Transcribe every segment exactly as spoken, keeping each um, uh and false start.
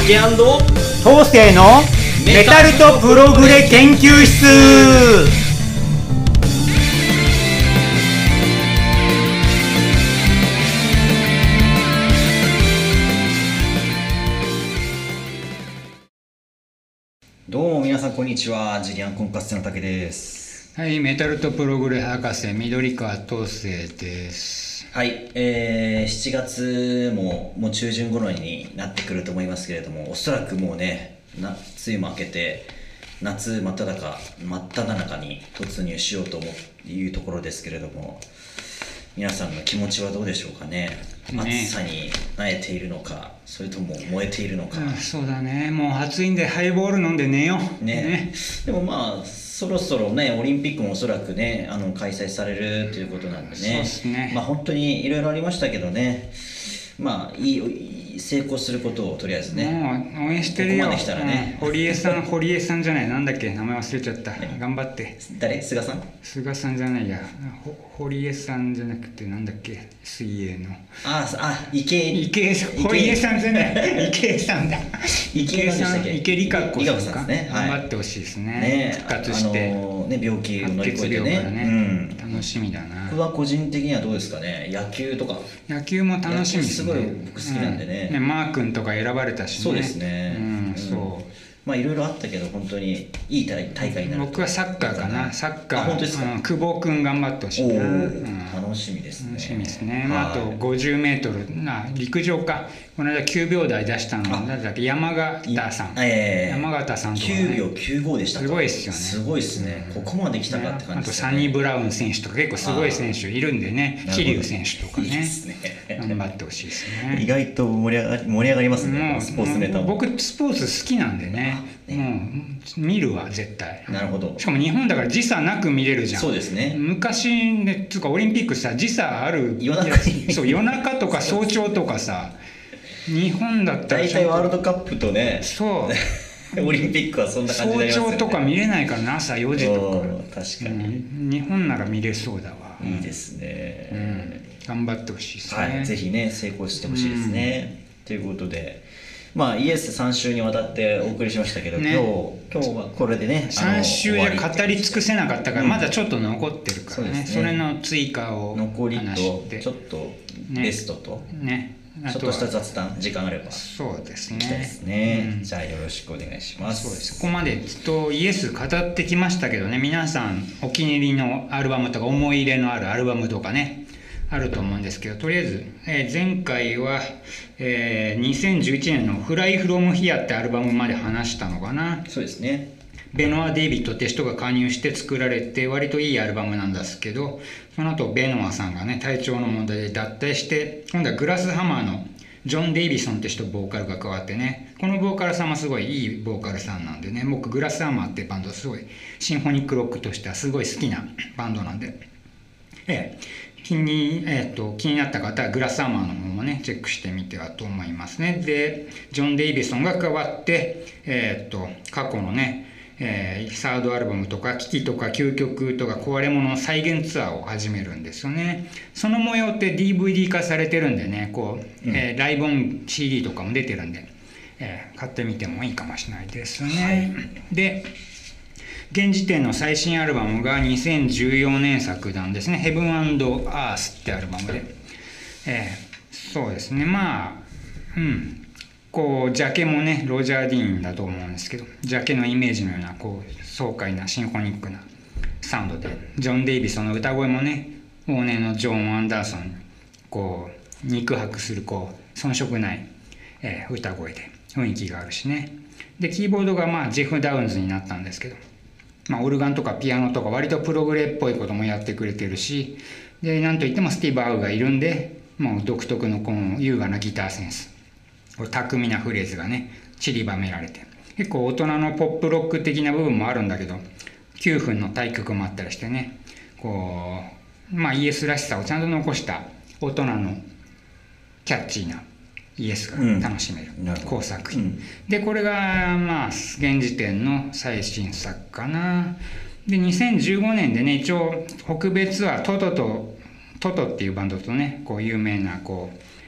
竹& 東勢のメタルとプログレ研究室。 どうも皆さんこんにちは。ジリアン婚活生の竹です。 はい、メタルとプログレ博士緑川東勢です。 はい、えー、しちがつももう中旬頃になってくると思いますけれども、おそらくもうね、な梅雨も明けて夏真っ只中真っ只中に突入しようと思ういうところですけれども、皆さんの気持ちはどうでしょうかね。 ね暑さに耐えているのか、それとも燃えているのか、 うん、そうだね、もう暑いんでハイボール飲んで寝ようね, ねでもまあそろそろね、オリンピックもおそらくね、あの開催されるということなんでね、 そうですね、 まあ本当にいろいろありましたけどね、まあいい成功することをとりあえずね、 もう応援してるよ。 ここまで来たらね、 うん、堀江さん堀江さんじゃない、なんだっけ、名前忘れちゃった。頑張って。 誰？菅さん？ 菅さんじゃないや、ほ堀江さんじゃなくてなんだっけ、水泳のああ池江池江さん、堀江さんじゃない池江さんだ池江さん、池理香子さんか、 んですね、はい、 頑張ってほしいですね。 ね、 復活して、 あのーね、病気を乗り越えてね、 ね、うん、楽しみだな。 僕は個人的にはどうですかね、野球とか。 野球も楽しみですね。 すごい僕好きなんでね、 うん、ね、マー君とか選ばれたしね。 そうですね、 うん、 うん、そうまあいろいろあったけど本当にいい大会になる。 僕はサッカーかな。サッカー。 あ、本当ですか。 うん、久保君頑張ってほしいな。うん、 楽しみですね。 楽しみですね。まあ、あとごじゅうメートルな陸上か。この間きゅうびょう台出したのは誰だっけ、山形さん。えー、山形さんとか、ね、 きゅうびょうきゅうごでしたか。 すごいですよね。 すごいですね。ここまで来たかって感じですね。 あとサニー・ブラウン選手とか結構すごい選手いるんでね。桐生選手とかね。いいですね。頑張ってほしいですね。 意外と盛り上がり盛り上がりますね。スポーツネタも。 僕スポーツ好きなんでね。もう見るわ絶対。 なるほど。 しかも日本だから時差なく見れるじゃん。 そうですね。 昔ね、つうかオリンピックさ、時差ある。 夜中に。 そう、夜中とか早朝とかさ。日本だったら大体ワールドカップとね。 そう。 オリンピックはそんな感じになりますよね。 早朝とか見れないからな、朝よじとか。確かに、 うん。日本なら見れそうだわ。 いいですね。うん、 頑張ってほしいですね。 はい、ぜひね成功してほしいですね。と、うん、いうことで。まあ、イエスさん週にわたってお送りしましたけど、ね、今日今日はこれでねさん週じゃ語り尽くせなかったから、うん、まだちょっと残ってるから ね, そ, ねそれの追加を残りとちょっとベストと、ねね、ちょっとした雑談時間あればそうですね、 ですね、うん、じゃあよろしくお願いします。 そうです。ここまでずっとイエス語ってきましたけどね、皆さんお気に入りのアルバムとか思い入れのあるアルバムとかねあると思うんですけど、とりあえず、えー、前回は、えー、にせんじゅういちねんの「フライフロムヒアってアルバムまで話したのかな。 そうですね。 ベノア・デイビッドって人が加入して作られて割といいアルバムなんですけど、その後ベノアさんがね体調の問題で脱退して、今度はグラスハマーのジョン・デイビソンって人ボーカルが加わってね、このボーカルさんはすごいいいボーカルさんなんでね、僕グラスハマーってバンドすごいシンフォニックロックとしてはすごい好きなバンドなんで、ええ気に、えー、と気になった方はグラスハマーの方もねチェックしてみてはと思いますね。でジョン・デイビソンが加わって、えー、と過去のね、えー、サードアルバムとか「危機」とか「究極」とか「壊れ物」の再現ツアーを始めるんですよね。その模様って ディーブイディー 化されてるんでね、こう、うんえー、ライブオン シーディー とかも出てるんで、えー、買ってみてもいいかもしれないですね。はい、で現時点の最新アルバムがにせんじゅうよねん作なんですね。ヘブン&アースってアルバムで、えー、そうですね、まあうんこうジャケもねロジャー・ディーンだと思うんですけど、ジャケのイメージのようなこう爽快なシンフォニックなサウンドで、ジョン・デイビソンの歌声もね往年のジョン・アンダーソンこう肉薄するこう遜色ない、えー、歌声で雰囲気があるしね。でキーボードがまあジェフ・ダウンズになったんですけど、まあ、オルガンとかピアノとか割とプログレっぽいこともやってくれてるし、でなんといってもスティーブ・アウがいるんで、もう独特のこの優雅なギターセンス、巧みなフレーズがね散りばめられて、結構大人のポップロック的な部分もあるんだけどきゅうふんの対曲もあったりしてね、こうまあイエスらしさをちゃんと残した大人のキャッチーなイエスが楽しめる好作品、うん、でこれがまあ現時点の最新作かな。でにせんじゅうごねんでね一応北米ツアートトとトトっていうバンドとねこう有名なこう、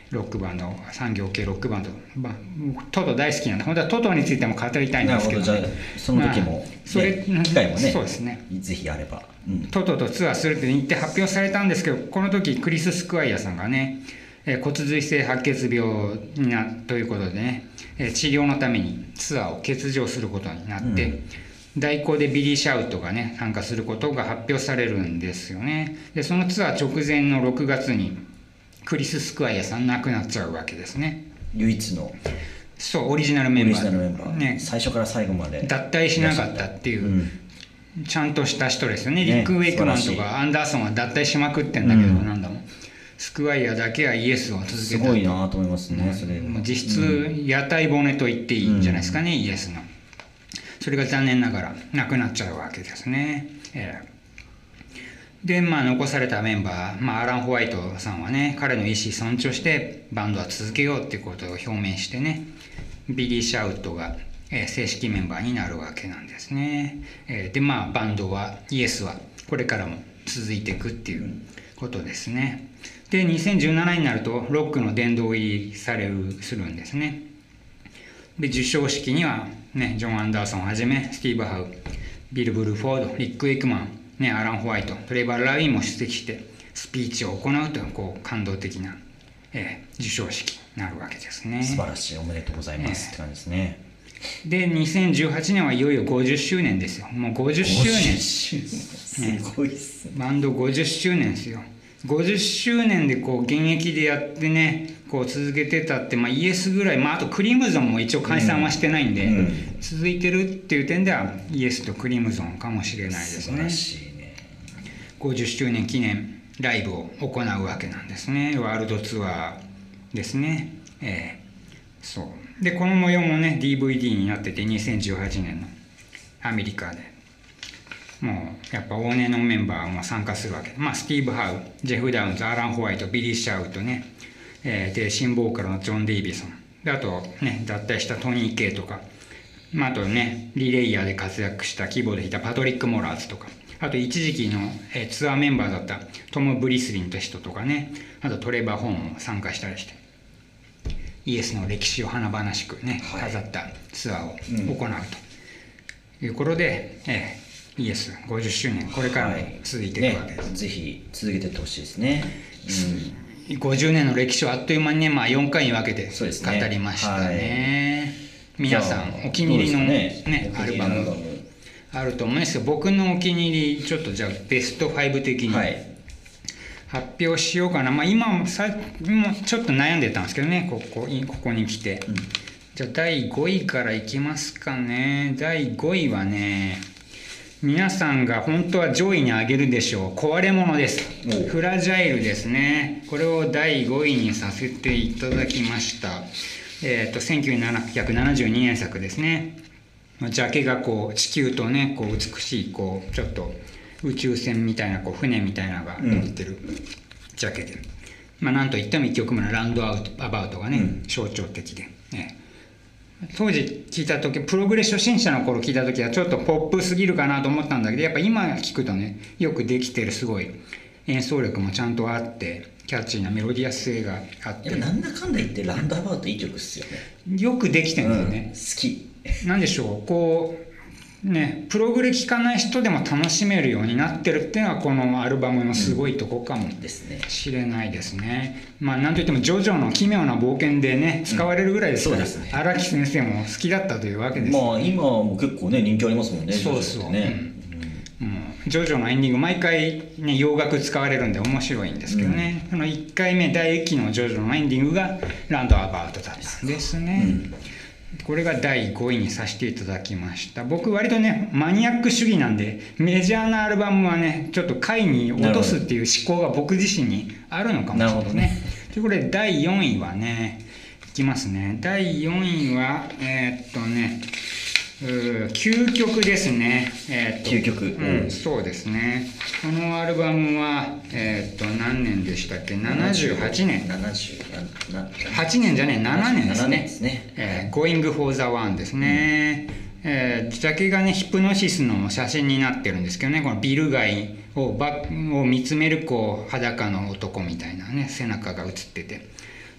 ロックバンド、産業系ロックバンド、まあ、トト大好きなんで、本当はトトについても語りたいんですけど、ね、 なるほど、じゃあその時も、ね、まあ、 それ機会もね、 そうですね、 ぜひあれば、うん、 トトとツアーするって言って発表されたんですけど、この時クリス・スクワイヤさんがね、えー、骨髄性白血病になということでね、えー、治療のためにツアーを欠場することになって、うん、代行でビリー・シャウトがね参加することが発表されるんですよね。でそのツアー直前のろくがつにクリス・スクワイヤさん亡くなっちゃうわけですね。 唯一のそうオリジナルメンバー、 オリジナルメンバー、ね、最初から最後まで脱退しなかったっていう、うん、ちゃんとした人ですよね。リック・ウェイクマンとかアンダーソンは脱退しまくってんだけど、うん、なんだもんスクワイヤだけはイエスを続けた。すごいなと思いますね、うん、それもう実質屋台骨と言っていいんじゃないですかね、うん、イエスの。それが残念ながらなくなっちゃうわけですね。えー、で、まあ、残されたメンバー、まあ、アラン・ホワイトさんはね彼の意思尊重してバンドは続けようっていうことを表明してね、ビリー・シャウトが、えー、正式メンバーになるわけなんですね。えー、でまあバンドはイエスはこれからも続いていくっていうことですね。でにせんじゅうななねんになるとロックの殿堂入りされるするんですね。で授賞式には、ね、ジョン・アンダーソンをはじめスティーブ・ハウ、ビル・ブルフォード、リック・エイクマン、ね、アラン・ホワイト、トレバー・ラウィンも出席してスピーチを行うというこう感動的な、えー、授賞式になるわけですね。 素晴らしい、おめでとうございます、えー、って感じですね。 でにせんじゅうはちねんはいよいよごじゅっしゅうねんですよ。もうごじゅっしゅうねん、 ごじゅっしゅうねん、すごいっすね。 バンドごじゅっしゅうねんですよ。ごじゅっしゅうねんでこう現役でやってねこう続けてたって、まあ、イエスぐらい、まあ、あとクリムゾンも一応解散はしてないんで、うんうん、続いてるっていう点ではイエスとクリムゾンかもしれないですね。 素晴らしいね。 ごじゅっしゅうねん記念ライブを行うわけなんですね。ワールドツアーですね。えー、そうでこの模様もね ディーブイディー になっててにせんじゅうはちねんのアメリカでもうやっぱ往年のメンバーも参加するわけで、まあ、スティーブ・ハウ、ジェフ・ダウンズ、アラン・ホワイト、ビリー・シャウトね、えー、で新ボーカルのジョン・デイビソンで、あとね脱退したトニー・ケイとか、まあ、あとねリレイヤーで活躍したキーボード弾いたパトリック・モラーズとか、あと一時期の、えー、ツアーメンバーだったトム・ブリスリンって人とかね、あとトレバー・ホーンも参加したりしてイエスの歴史を華々しくね、はい、飾ったツアーを行うということで、うんえーイエスごじゅっしゅうねんこれからも続いていくわけです、はいね、 ぜひ続けていってほしいですね、 うん、ごじゅうねんの歴史をあっという間にね、まあ、よんかいに分けて語りましたね、ねはい、皆さんお気に入りの、ねね、アルバムあると思うんですけど、僕のお気に入りちょっとじゃあベストご的に発表しようかな、はいまあ、今さ今ちょっと悩んでたんですけどね、ここここに来て、うん、じゃあだいごいからいきますかね。だいごいはね皆さんが本当は上位に上げるでしょう壊れ物です。フラジャイルですね。これをだいごいにさせていただきました。えっとせんきゅうひゃくななじゅうにねん作ですね。ジャケがこう地球とねこう美しいこうちょっと宇宙船みたいなこう船みたいなのが乗ってるジャケで、うん、まあなんといってもいっきょくめのランドアウトアバウトがね、うん、象徴的で、ね、当時聞いた時プログレ初心者の頃聞いた時はちょっとポップすぎるかなと思ったんだけど、やっぱ今聞くとねよくできてる、すごい演奏力もちゃんとあってキャッチーなメロディアス性があって、 やっぱなんだかんだ言ってランドアバウトいい曲っすよね。 よくできてるんですよね、 うん、好きなんでしょうこうねプログレ聴かない人でも楽しめるようになってるっていうのはこのアルバムのすごいとこかもしれないですね、うん、まあなんといってもジョジョの奇妙な冒険でね使われるぐらいですから、うんね、荒木先生も好きだったというわけです。 まあ今も結構ね人気ありますもんね。 そうそう、ねうんうん、ジョジョのエンディング毎回ね洋楽使われるんで面白いんですけどね、うん、そのいっかいめ第いっきのジョジョのエンディングがランドアバウトだったんですね、うんこれがだいごいにさせていただきました。僕割とねマニアック主義なんでメジャーなアルバムはねちょっと下位に落とすっていう思考が僕自身にあるのかもしれないですね。ということでだいよんいはねいきますね。だいよんいはえー、っとね究極ですね。 えー、っと究極、 うん、そうですね。このアルバムはえー、っと何年でしたっけ？ななじゅうはちねん。 ななじゅうはちねんじゃねえななねんですね。 ですね。 えー、Going for the One ですね。うんえー、ジャケがねヒプノシスの写真になってるんですけどね、このビル街をバを見つめるこう裸の男みたいなね背中が写ってて。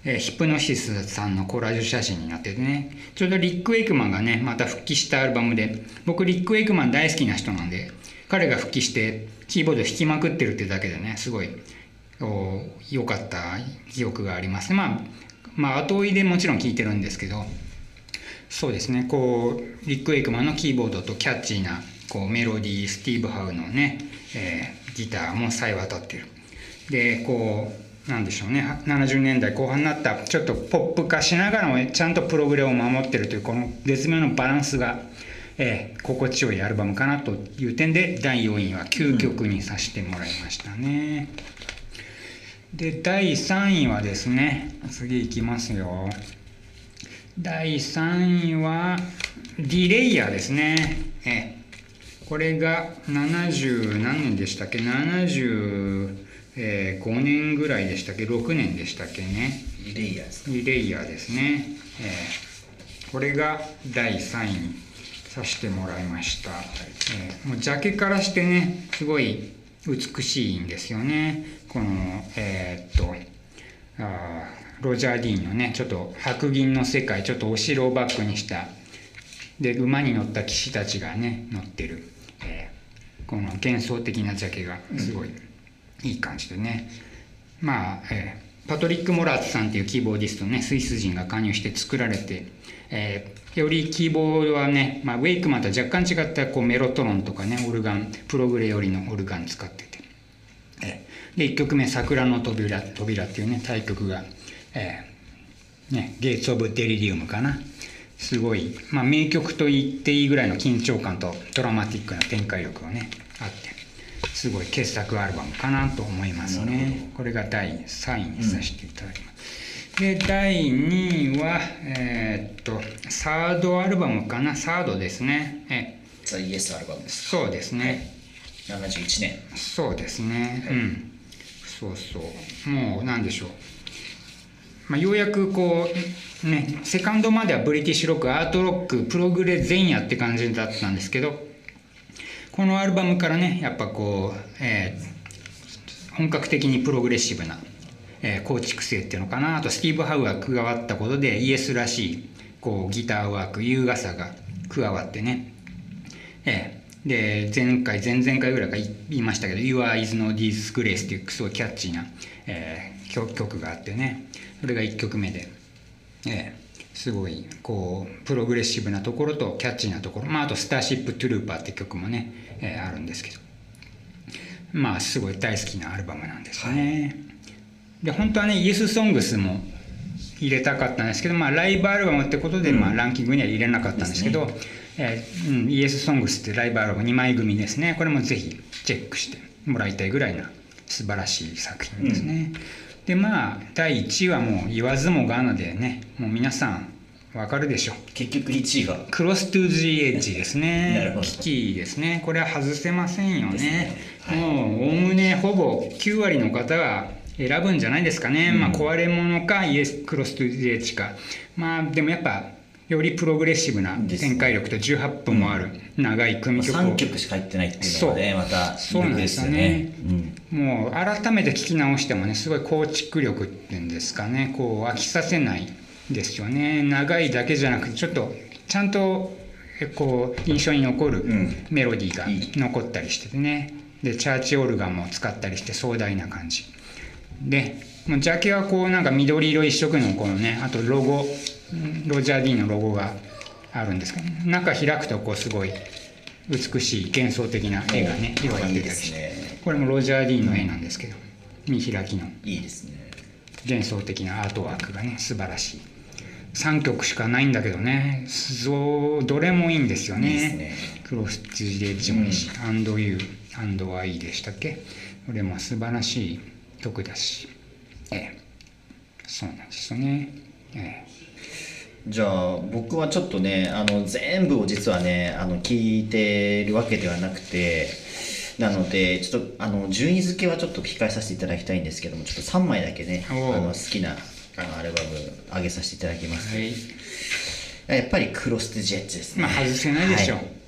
えーヒプノシスさんのコラージュ写真になっててね、ちょうどリック・ウェイクマンがねまた復帰したアルバムで、僕リック・ウェイクマン大好きな人なんで、彼が復帰してキーボード弾きまくってるってだけでねすごい良かった記憶がありますね。まあまあ後追いでもちろん聴いてるんですけど、そうですね、こうリック・ウェイクマンのキーボードとキャッチーなこうメロディー、スティーブ・ハウのね、えーギターもさえ渡ってる。でこうなんでしょうね、ななじゅうねんだいこう半になったちょっとポップ化しながらもちゃんとプログレを守ってるというこの絶妙なバランスが、えー心地よいアルバムかなという点でだいよんいはきゅうきょくにさせてもらいましたね。でだいさんいはですね、次いきますよ。だいさんいはディレイヤーですね。えーこれがななじゅう何年でしたっけ、ななじゅうごねんぐらいでしたっけ、ろくねんでしたっけね。 リレイヤーですか。 リレイヤーですね。えーこれがだいさんいにさせてもらいました。えーもうジャケからしてねすごい美しいんですよね。このえーっとあーロジャー・ディーンのねちょっと白銀の世界、ちょっとお城をバックにしたで馬に乗った騎士たちがね乗ってる、えーこの幻想的なジャケがすごいいい感じでね、うん、まあ、えー、パトリック・モラーツさんっていうキーボーディストね、スイス人が加入して作られて、えー、よりキーボードはね、まあ、ウェイクマンとは若干違ったこうメロトロンとかねオルガン、プログレ寄りのオルガン使ってて、えー、でいっきょくめ「桜の扉」扉っていうねタイ曲が、えーね、ゲイツ・オブ・デリリウムかな。すごい、まあ、名曲と言っていいぐらいの緊張感とドラマティックな展開力がねあって、すごい傑作アルバムかなと思いますね。これがだいさんいにさせていただきます、うん、でだいにいはえー、っとサードアルバムかな、サードですね。えザ・イエスアルバムです。 そうですね、 ななじゅういちねん。そうですね、はい、うんそうそうもうなんでしょう、まあ、ようやくこうねセカンドまではブリティッシュロック、アートロック、プログレ前夜って感じだったんですけど、このアルバムからねやっぱこう、えー、本格的にプログレッシブな、えー、構築性っていうのかな、あとスティーブ・ハウが加わったことでイエスらしいこうギターワーク、優雅さが加わってね、えー、で前回前々回ぐらいから言いましたけど「You are is no disgrace」っていうすごいキャッチーな、えー、曲, 曲があってね、それがいっきょくめで、えー、すごいこうプログレッシブなところとキャッチーなところ、まあ、あと「スターシップ・トゥルーパー」って曲もね、えー、あるんですけど、まあすごい大好きなアルバムなんですね、はい、で本当はねイエスソングスも入れたかったんですけど、まあ、ライブアルバムってことで、まあ、ランキングには入れなかったんですけど、えーうん、イエスソングスってライブアルバムにまい組ですね。これもぜひチェックしてもらいたいぐらいな素晴らしい作品ですね、うん、でまあだいいちいはもう言わずもがなでね、もう皆さんわかるでしょう。 結局いちいがクロストゥージエッジですね。 なるほど。 キキですね。これは外せませんよね。 ね、はい、 もうおおむねほぼきゅうわりの方は選ぶんじゃないですかね、うん、まあ壊れ物かイエスクロストゥージエッジか、まあでもやっぱよりプログレッシブな展開力とじゅうはっぷんもある長い組曲を、 さんきょくしか入ってないっていうのがねまたそうなんですよね、うん、もう改めて聴き直してもねすごい構築力っていうんですかね、こう飽きさせないですよね。長いだけじゃなくてちょっとちゃんとこう印象に残るメロディーが残ったりしててね、でチャーチオルガンも使ったりして壮大な感じで、ジャケはこうなんか緑色一色のこのね、あとロゴロジャー・ディーンのロゴがあるんですけど、中開くとこうすごい美しい幻想的な絵がね広がってたりして、ね、これもロジャー・ディーンの絵なんですけど、うん、見開きのいいですね、 幻想的なアートワークがね素晴らしい。さんきょくしかないんだけどね、そうどれもいいんですよね。いいですね。クロスチジエッジもいいし、うん、アンドユーアンドアイでしたっけ、これも素晴らしい曲だし、ええ、そうなんですよね、ええ。 じゃあ僕はちょっとねあの全部を実はねあの聞いてるわけではなくて、なのでちょっとあの順位付けはちょっと控えさせていただきたいんですけども、ちょっとさんまいだけねあの好きなあのアルバム上げさせていただきます、はい、やっぱりクロストゥジェッジですね。 まあ外せないでしょう、 はい、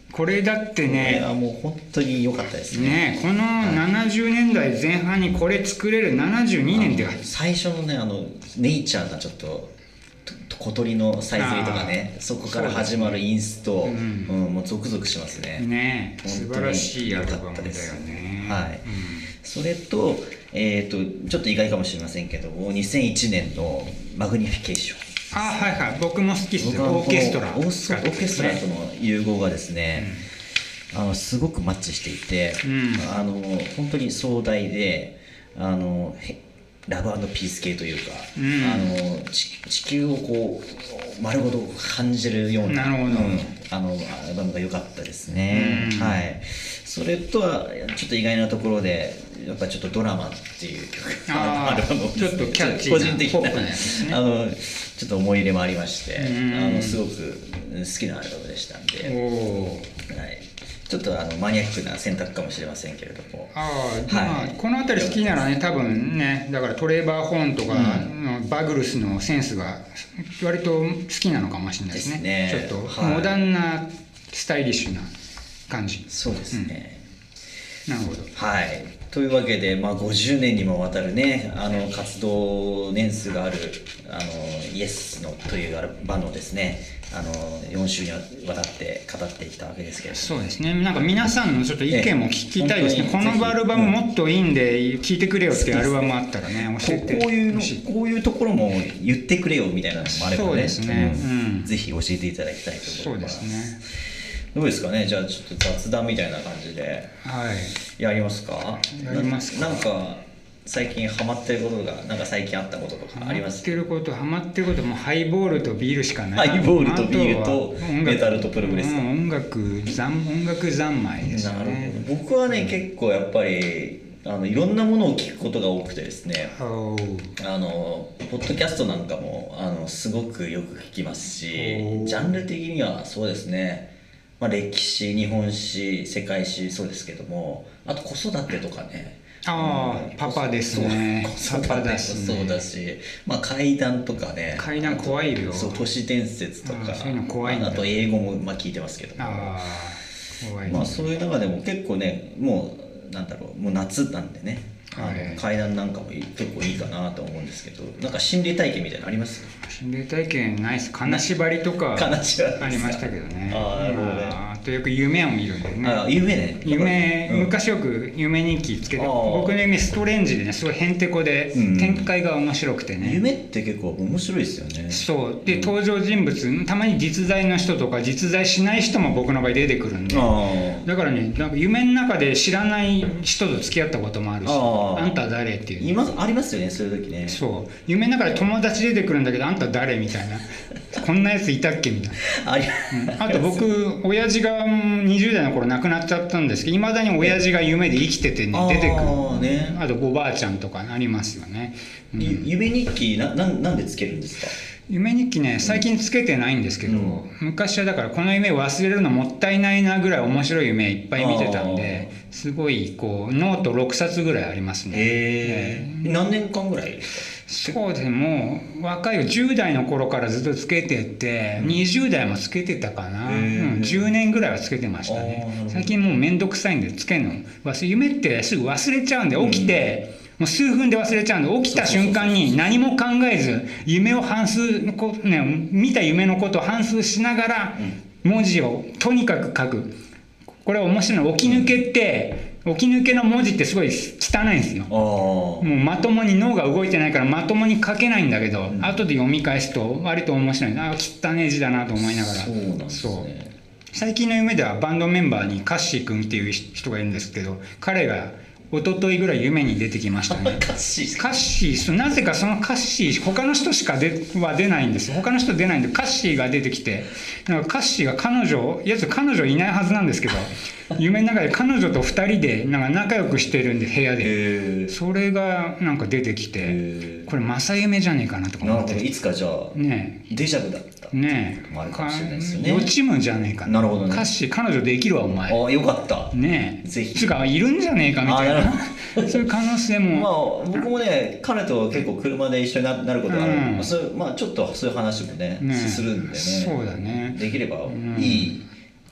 これだってこれねはもう本当に良かったですね。 ねこのななじゅうねんだいぜん半にこれ作れるななじゅうにねんって最初のねあのネイチャーなちょっと小鳥のさえずりとかね、そこから始まるインスト、う、ねうん、もうゾクゾクしますね。 ね素晴らしいアルバムだよね。 はい、うん、それと、えーと、ちょっと意外かもしれませんけどもにせんいちねんのマグニフィケーション。 あはいはい僕も好きですよ。オーケストラオーケストラとの融合がですね、うん、あのすごくマッチしていて、うん、あの本当に壮大であのラブ&ピース系というか、うん、あの地球をこう丸ごと感じるような、なるほど、うん、あのアルバムが良かったですね、うん、はい。それとはちょっと意外なところでやっぱちょっとドラマっていう曲あアルバムをちょっとキャッチーな個人的な、ね、あのちょっと思い入れもありまして、うん、あのすごく好きなアルバムでしたんで、はい、ちょっとあのマニアックな選択かもしれませんけれども、 あ、はいまあ、この辺り好きならね多分ねだからトレーバー・ホーンとか、うん、バグルスのセンスが割と好きなのかもしれないですね。ですねちょっとモダンなスタイリッシュな感じ。 そうですね、 うん、なるほど。 はいというわけで、まあ、ごじゅうねんにもわたるねあの活動年数があるあのイエスのというバンドをですねあのよん週にわたって語ってきたわけですけれども、 そうですねなんか皆さんのちょっと意見も聞きたいですね。このアルバムもっといいんで聴いてくれよっていうアルバムあったらね教えてこういうのこういうところも言ってくれよみたいなのもあればね、 そうですね、 うん、ぜひ教えていただきたいと思います。 そうですねどうですかね。じゃあちょっと雑談みたいな感じでやりますか。はい、 やりますか。 なんか最近ハマってることがなんか最近あったこととかあります？ ハマってることハマってることもハイボールとビールしかない。 ハイボールとビールとメタルとプログレス、 うん、音楽ざん音楽三昧ですね。 なるほど。僕はね、うん、結構やっぱりあのいろんなものを聞くことが多くてですね、あのポッドキャストなんかもあのすごくよく聞きますし、ジャンル的にはそうですね、まあ、歴史、日本史、世界史そうですけども、あと子育てとかね、 ああ、パパですね。 子育てもそうだし、まあ怪談とかね。 怪談怖いよ。 そう、都市伝説とか、 そういうの怖いんだ。 あと英語もまあ聞いてますけども、あ怖い。まあそういう中でも結構ね、もうなんだろう、もう夏なんでね、あの怪談なんかも結構いいかなと思うんですけど、なんか心霊体験みたいなのあります？ 心霊体験ないです。金縛りとかありましたけどね。 ああ、なるほどね。 あとよく夢を見るんでね。 ああ、夢ね。 夢、うん、昔よく夢日記つけて、僕の夢ストレンジでね、すごいへんてこで、うん、展開が面白くてね。 夢って結構面白いですよね。 そうで、うん、登場人物たまに実在の人とか実在しない人も僕の場合出てくるんで、だからね、なんか夢の中で知らない人と付き合ったこともあるし、あ, あんた誰っていう、ね、 今ありますよね、そういう時ね。 そう夢の中で友達出てくるんだけど、あんた誰みたいなこんなやついたっけみたいな あ, り、うん、あと僕親父がにじゅう代の頃亡くなっちゃったんですけど、いまだに親父が夢で生きてて、ね、出てくる、ね、あとおばあちゃんとかありますよね、 うん、夢日記 な, な, なんでつけるんですか？ 夢日記ね、最近つけてないんですけど、うん、昔はだからこの夢忘れるのもったいないなぐらい面白い夢いっぱい見てたんで、すごいこうノートろくさつぐらいありますね。 へー、えー、何年間ぐらいですか？ そうですね、もう若いよ、じゅう代の頃からずっとつけてて、うん、にじゅう代もつけてたかな、うん、じゅうねんぐらいはつけてましたね。最近もうめんどくさいんでつけるの忘れ、夢ってすぐ忘れちゃうんで、起きて、うんもう数分で忘れちゃうんで、起きた瞬間に何も考えず夢を反数のこ、ね、見た夢のことを反数しながら文字をとにかく書く。これは面白いの。起き抜けって起き抜けの文字ってすごい汚いんですよ。もうまともに脳が動いてないからまともに書けないんだけど、うん、後で読み返すと割と面白い。ああ汚ね字だなと思いながら。 そうなんですね。 最近の夢ではバンドメンバーにカッシー君っていう人がいるんですけど、彼が一昨日ぐらい夢に出てきましたね。 カッシーカッシーなぜかそのカッシー他の人しかでは出ないんです。他の人出ないんでカッシーが出てきて、なんかカッシーが彼女やつ彼女いないはずなんですけど夢の中で彼女とふたりでなんか仲良くしてるんで部屋で、それがなんか出てきて、これ正夢じゃねえかなとか思って。 いつかじゃあ、ね、デジャブだったねえ、もあるかもしれないですよね。 予知夢じゃねえかな。 なるほどね。 カッシー彼女できるわお前。 ああよかった。 ねえ。ぜひ。 つうかいるんじゃねえかみたいな。そういう可能性も。 まあ僕もね彼と結構車で一緒になることがある、うんまあ、そうまあちょっとそういう話もね、ねするんでね。 そうだね。 できればいい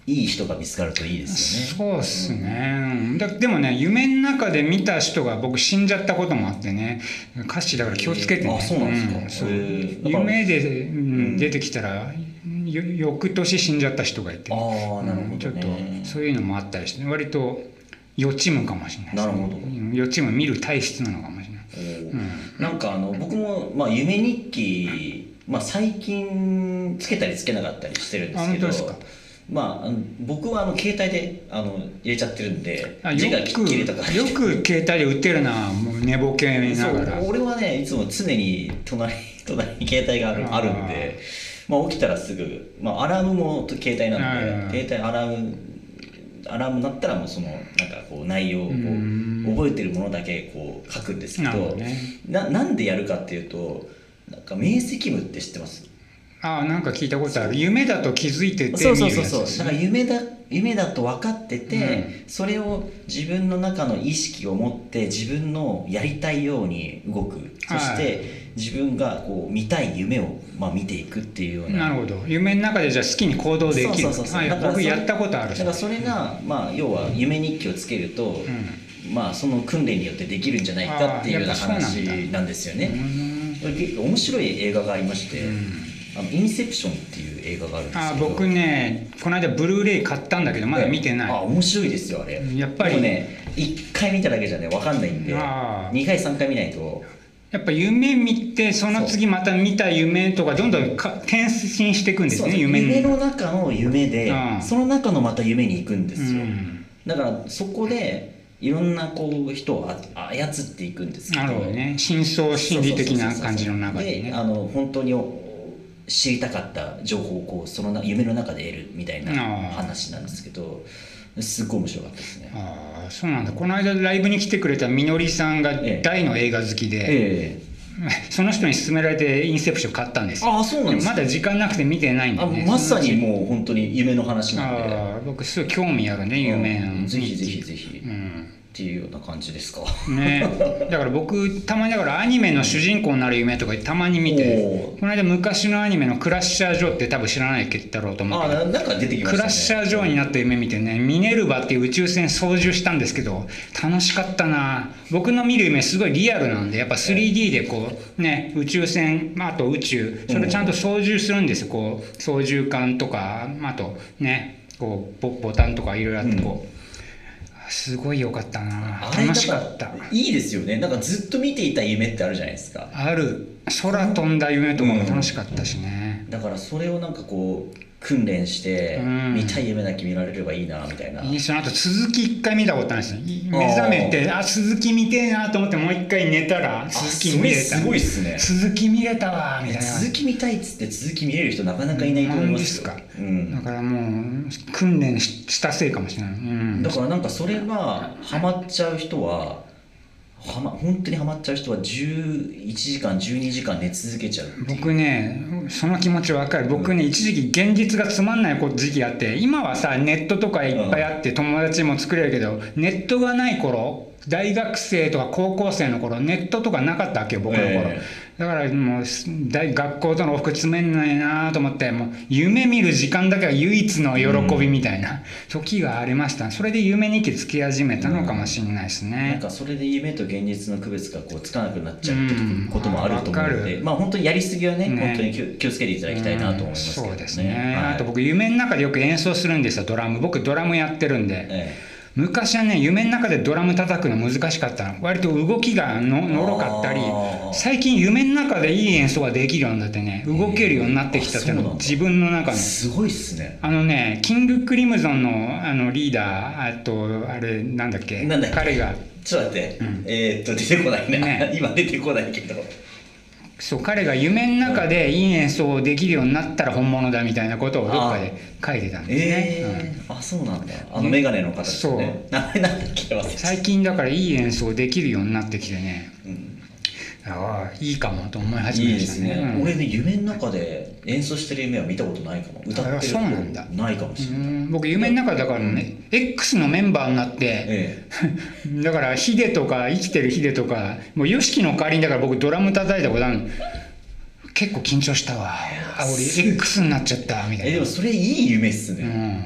いい人が見つかるといいですよね。 そうっすね、うん、だでもね夢の中で見た人が僕死んじゃったこともあってね、歌詞だから気をつけてね、 えー、あそうなんですか、 うん、そうえ夢で、うん、出てきたらよ翌年死んじゃった人がいて、 ああなるほど、ね、 うん、ちょっとそういうのもあったりして、ね、割と予知夢かもしれないです、ね、 なるほど、 予知夢見る体質なのかもしれない、 うん、なんかあの僕も、まあ、夢日記、まあ、最近つけたりつけなかったりしてるんですけど、まあ、あの僕はあの携帯であの入れちゃってるんで、字がきっきりとかよく携帯で打てるな、もう寝ぼけ見ながら。 そう俺はねいつも常に隣隣に携帯があるあるんで、まあ、起きたらすぐ、まあ、アラームも携帯なんで、携帯アラームアラーム鳴ったらもうそのなんかこう内容をこう覚えてるものだけこう書くんですけど、 な, ね、な, なんでやるかっていうと、なんか明晰夢って知ってます？ ああ、なんか聞いたことある。夢だと気づいてて見るやつですね。 そうそうそうそう。だから夢だ夢だと分かってて、うん、それを自分の中の意識を持って自分のやりたいように動く。そして自分がこう見たい夢をまあ見ていくっていうような。 なるほど。夢の中でじゃあ好きに行動できる。そうそうそうそう。だから僕やったことある。 だからそれがまあ要は夢日記をつけると、うん、まあその訓練によってできるんじゃないかっていうような話なんですよね。面白い映画がありまして。うん、あのインセプションっていう映画があるんですけど、 あ僕ねこの間ブルーレイ買ったんだけどまだ見てない。 あ面白いですよあれ。やっぱりでもねいっかい見ただけじゃね分かんないんでにかいさんかい見ないと。 やっぱ夢見てその次また見た夢とかどんどんか転進していくんですね。 夢夢の中の夢でその中のまた夢に行くんですよ、うん、だからそこでいろんなこう人を操っていくんですけど。 なるほどね。深層心理的な感じの中でね。 であの本当に知りたかった情報をこうその夢の中で得るみたいな話なんですけど、すっごい面白かったですね。 ああそうなんだ。この間ライブに来てくれたみのりさんが大の映画好きで、ええ、その人に勧められてインセプション買ったんですよ。 ああそうなんですか。 まだ時間なくて見てないんでね。 あまさにもう本当に夢の話なんで。 あ僕すごい興味あるね夢の。 ぜひぜひぜひ、うん、っていうような感じですかね。だから僕たまにだからアニメの主人公になる夢とかたまに見て、この間昔のアニメのクラッシャージョーって多分知らないだろうと思うけど、 あなんか出てきましたね。 クラッシャージョーになった夢見てね、ミネルヴァっていう宇宙船操縦したんですけど楽しかったな。僕の見る夢すごいリアルなんでやっぱ スリーディー でこうね宇宙船、まあ、あと宇宙それちゃんと操縦するんですよ。こう操縦桿とかあとねこう ボ, ボタンとかいろいろあってこう、うんすごい良かったな。楽しかった。 いいですよね。なんかずっと見ていた夢ってあるじゃないですか。 ある。空飛んだ夢とかも楽しかったしね、 うん、だからそれをなんかこう訓練して、うん、見たい夢だけ見られればいいなみたいな。 その後続きいっかい見たことないですよ。目覚めてあ続き見てえなと思ってもういっかい寝たら続き見れた。 すごいっすね。 続き見れたわみたいな。 続き見たいっつって続き見れる人なかなかいないと思いますよ。 なんですか、うん、だからもう訓練したせいかもしれない、うん、 だからなんかそれがハマっちゃう人ははま、本当にハマっちゃう人はじゅういちじかんじゅうにじかん寝続けちゃう。 僕ねその気持ち分かる。僕ね、うん、一時期現実がつまんない時期あって、今はさネットとかいっぱいあって友達も作れるけど、ネットがない頃大学生とか高校生の頃ネットとかなかったわけよ僕の頃、えー、だからもう大学校との往復詰めんないなと思って、もう夢見る時間だけが唯一の喜びみたいな時がありました。それで夢日記つき始めたのかもしれないですね、うん、 なんかそれで夢と現実の区別がこうつかなくなっちゃうってこともあると思うので、うん、まあ本当にやりすぎは ね, ね本当に気をつけていただきたいなと思いますけどね、うん、そうですね、はい、あと僕夢の中でよく演奏するんですよドラム。僕ドラムやってるんで、ええ、昔はね夢の中でドラム叩くの難しかったの。割と動きが の, のろかったり、最近夢の中でいい演奏ができるようになってね動けるようになってきたっていうの自分の中のすごいっすね。 あのねキングクリムゾン の, あのリーダーあとあれなんだっけなんだっけ彼がちょっと待って、うん、えー、っと出てこないね、ね今出てこないけど、 そう彼が夢の中でいい演奏をできるようになったら本物だみたいなことをどっかで書いてたんですね。 えーうん、あそうなんだ。あのメガネの方ですね。名前なんだっけ。 最近だからいい演奏できるようになってきてね、うん、ああいいかもと思い始めましたね。いいですね、うん、 俺ね夢の中で演奏してる夢は見たことないかも。歌ってることないかもしれない。 僕夢の中だからね、うん、X のメンバーになって、ええ、だからヒデとか生きてるヒデとかもう YOSHIKI の代わりにだから僕ドラム叩いたことある。結構緊張したわ。あ俺 X になっちゃったみたいな。 えでもそれいい夢っすね、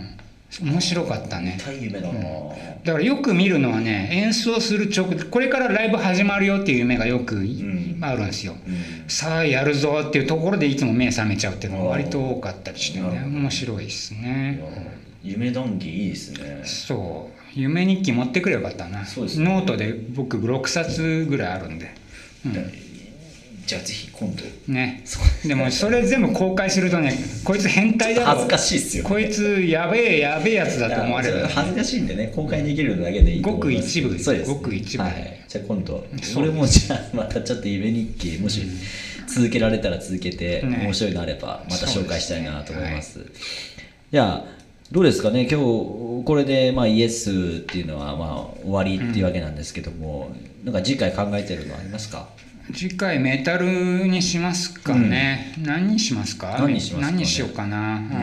面白かったね。 大夢だな、うん、 だからよく見るのはね、演奏する直これからライブ始まるよっていう夢がよくあるんですよ、うん、さあやるぞっていうところでいつも目覚めちゃうっていうのが割と多かったりしてね、面白いですね。 夢談義いいですね。 そう夢日記持ってくればよかったな。そうですね、ノートで僕ろくさつぐらいあるんで、うん、 じゃあぜひ今度ね。でもそれ全部公開するとね、こいつ変態だろ、 恥ずかしいっすよ、ね、 こいつやべえやべえやつだと思われる。 恥ずかしいんでね、公開できるだけでいいと思います。 ごく一部。 そうです、 ごく一部、 はい、じゃあ今度俺もじゃあまたちょっと夢日記もし続けられたら続けて、ね、面白いのあればまた紹介したいなと思います。じゃあどうですかね、今日これでまあイエスっていうのはまあ終わりっていうわけなんですけども、うん、なんか次回考えてるのありますか？ 次回メタルにしますかね、うん、何にしますか？ 何にしますかね、 何にしようかな、うんうん、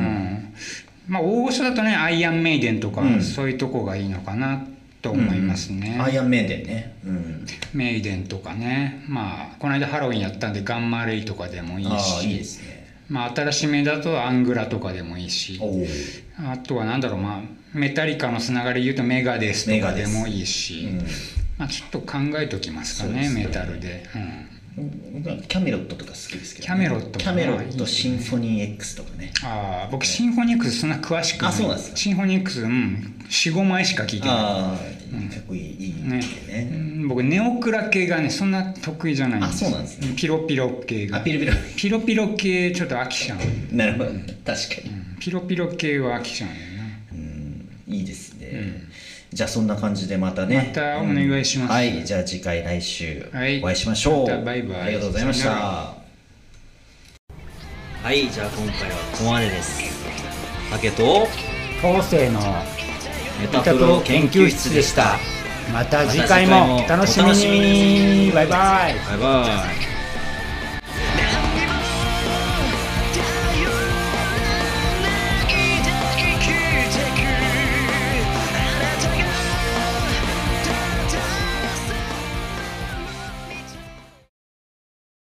まあ大御所だとねアイアンメイデンとか、うん、そういうとこがいいのかなと思いますね、 うん、アイアンメイデンね、うん、 メイデンとかね、まあこの間ハロウィンやったんでガンマレイとかでもいいし、 あいいですね、 まあ、新しめだとアングラとかでもいいし、あとはなんだろう、まあ、メタリカのつながりで言うとメガデスとかでもいいし、うん、まあ、ちょっと考えときますか ね, ねメタルで、うん、 僕はキャメロットとか好きですけど、ね、 キャメロットキャメロットシンフォニー X とかね。 ああ僕シンフォニー X そんな詳しくない。 あ、そうなんですか。 シンフォニー X、うん、よん、ごまいしか聞いてない。ああ、 うん、結構いいいいね、ね、僕ネオクラ系がねそんな得意じゃないんです。 あ、そうなんですね。 ピロピロ系が。 あ、ピロピロピロピロ系ちょっと飽きちゃう。 なるほど、うん、確かに、 うん、ピロピロ系は飽きちゃうんだよな。 うん、いいですね、うん、じゃあそんな感じでまたね、 またお願いします、 うん、はい、じゃあ次回来週お会いしましょう、 はい、またバイバイ、 ありがとうございました。はい、じゃあ今回はここまでです。竹と昴生のメタプロ研究室でした。 また次回もお楽しみに。バイバイ。 バイバイ。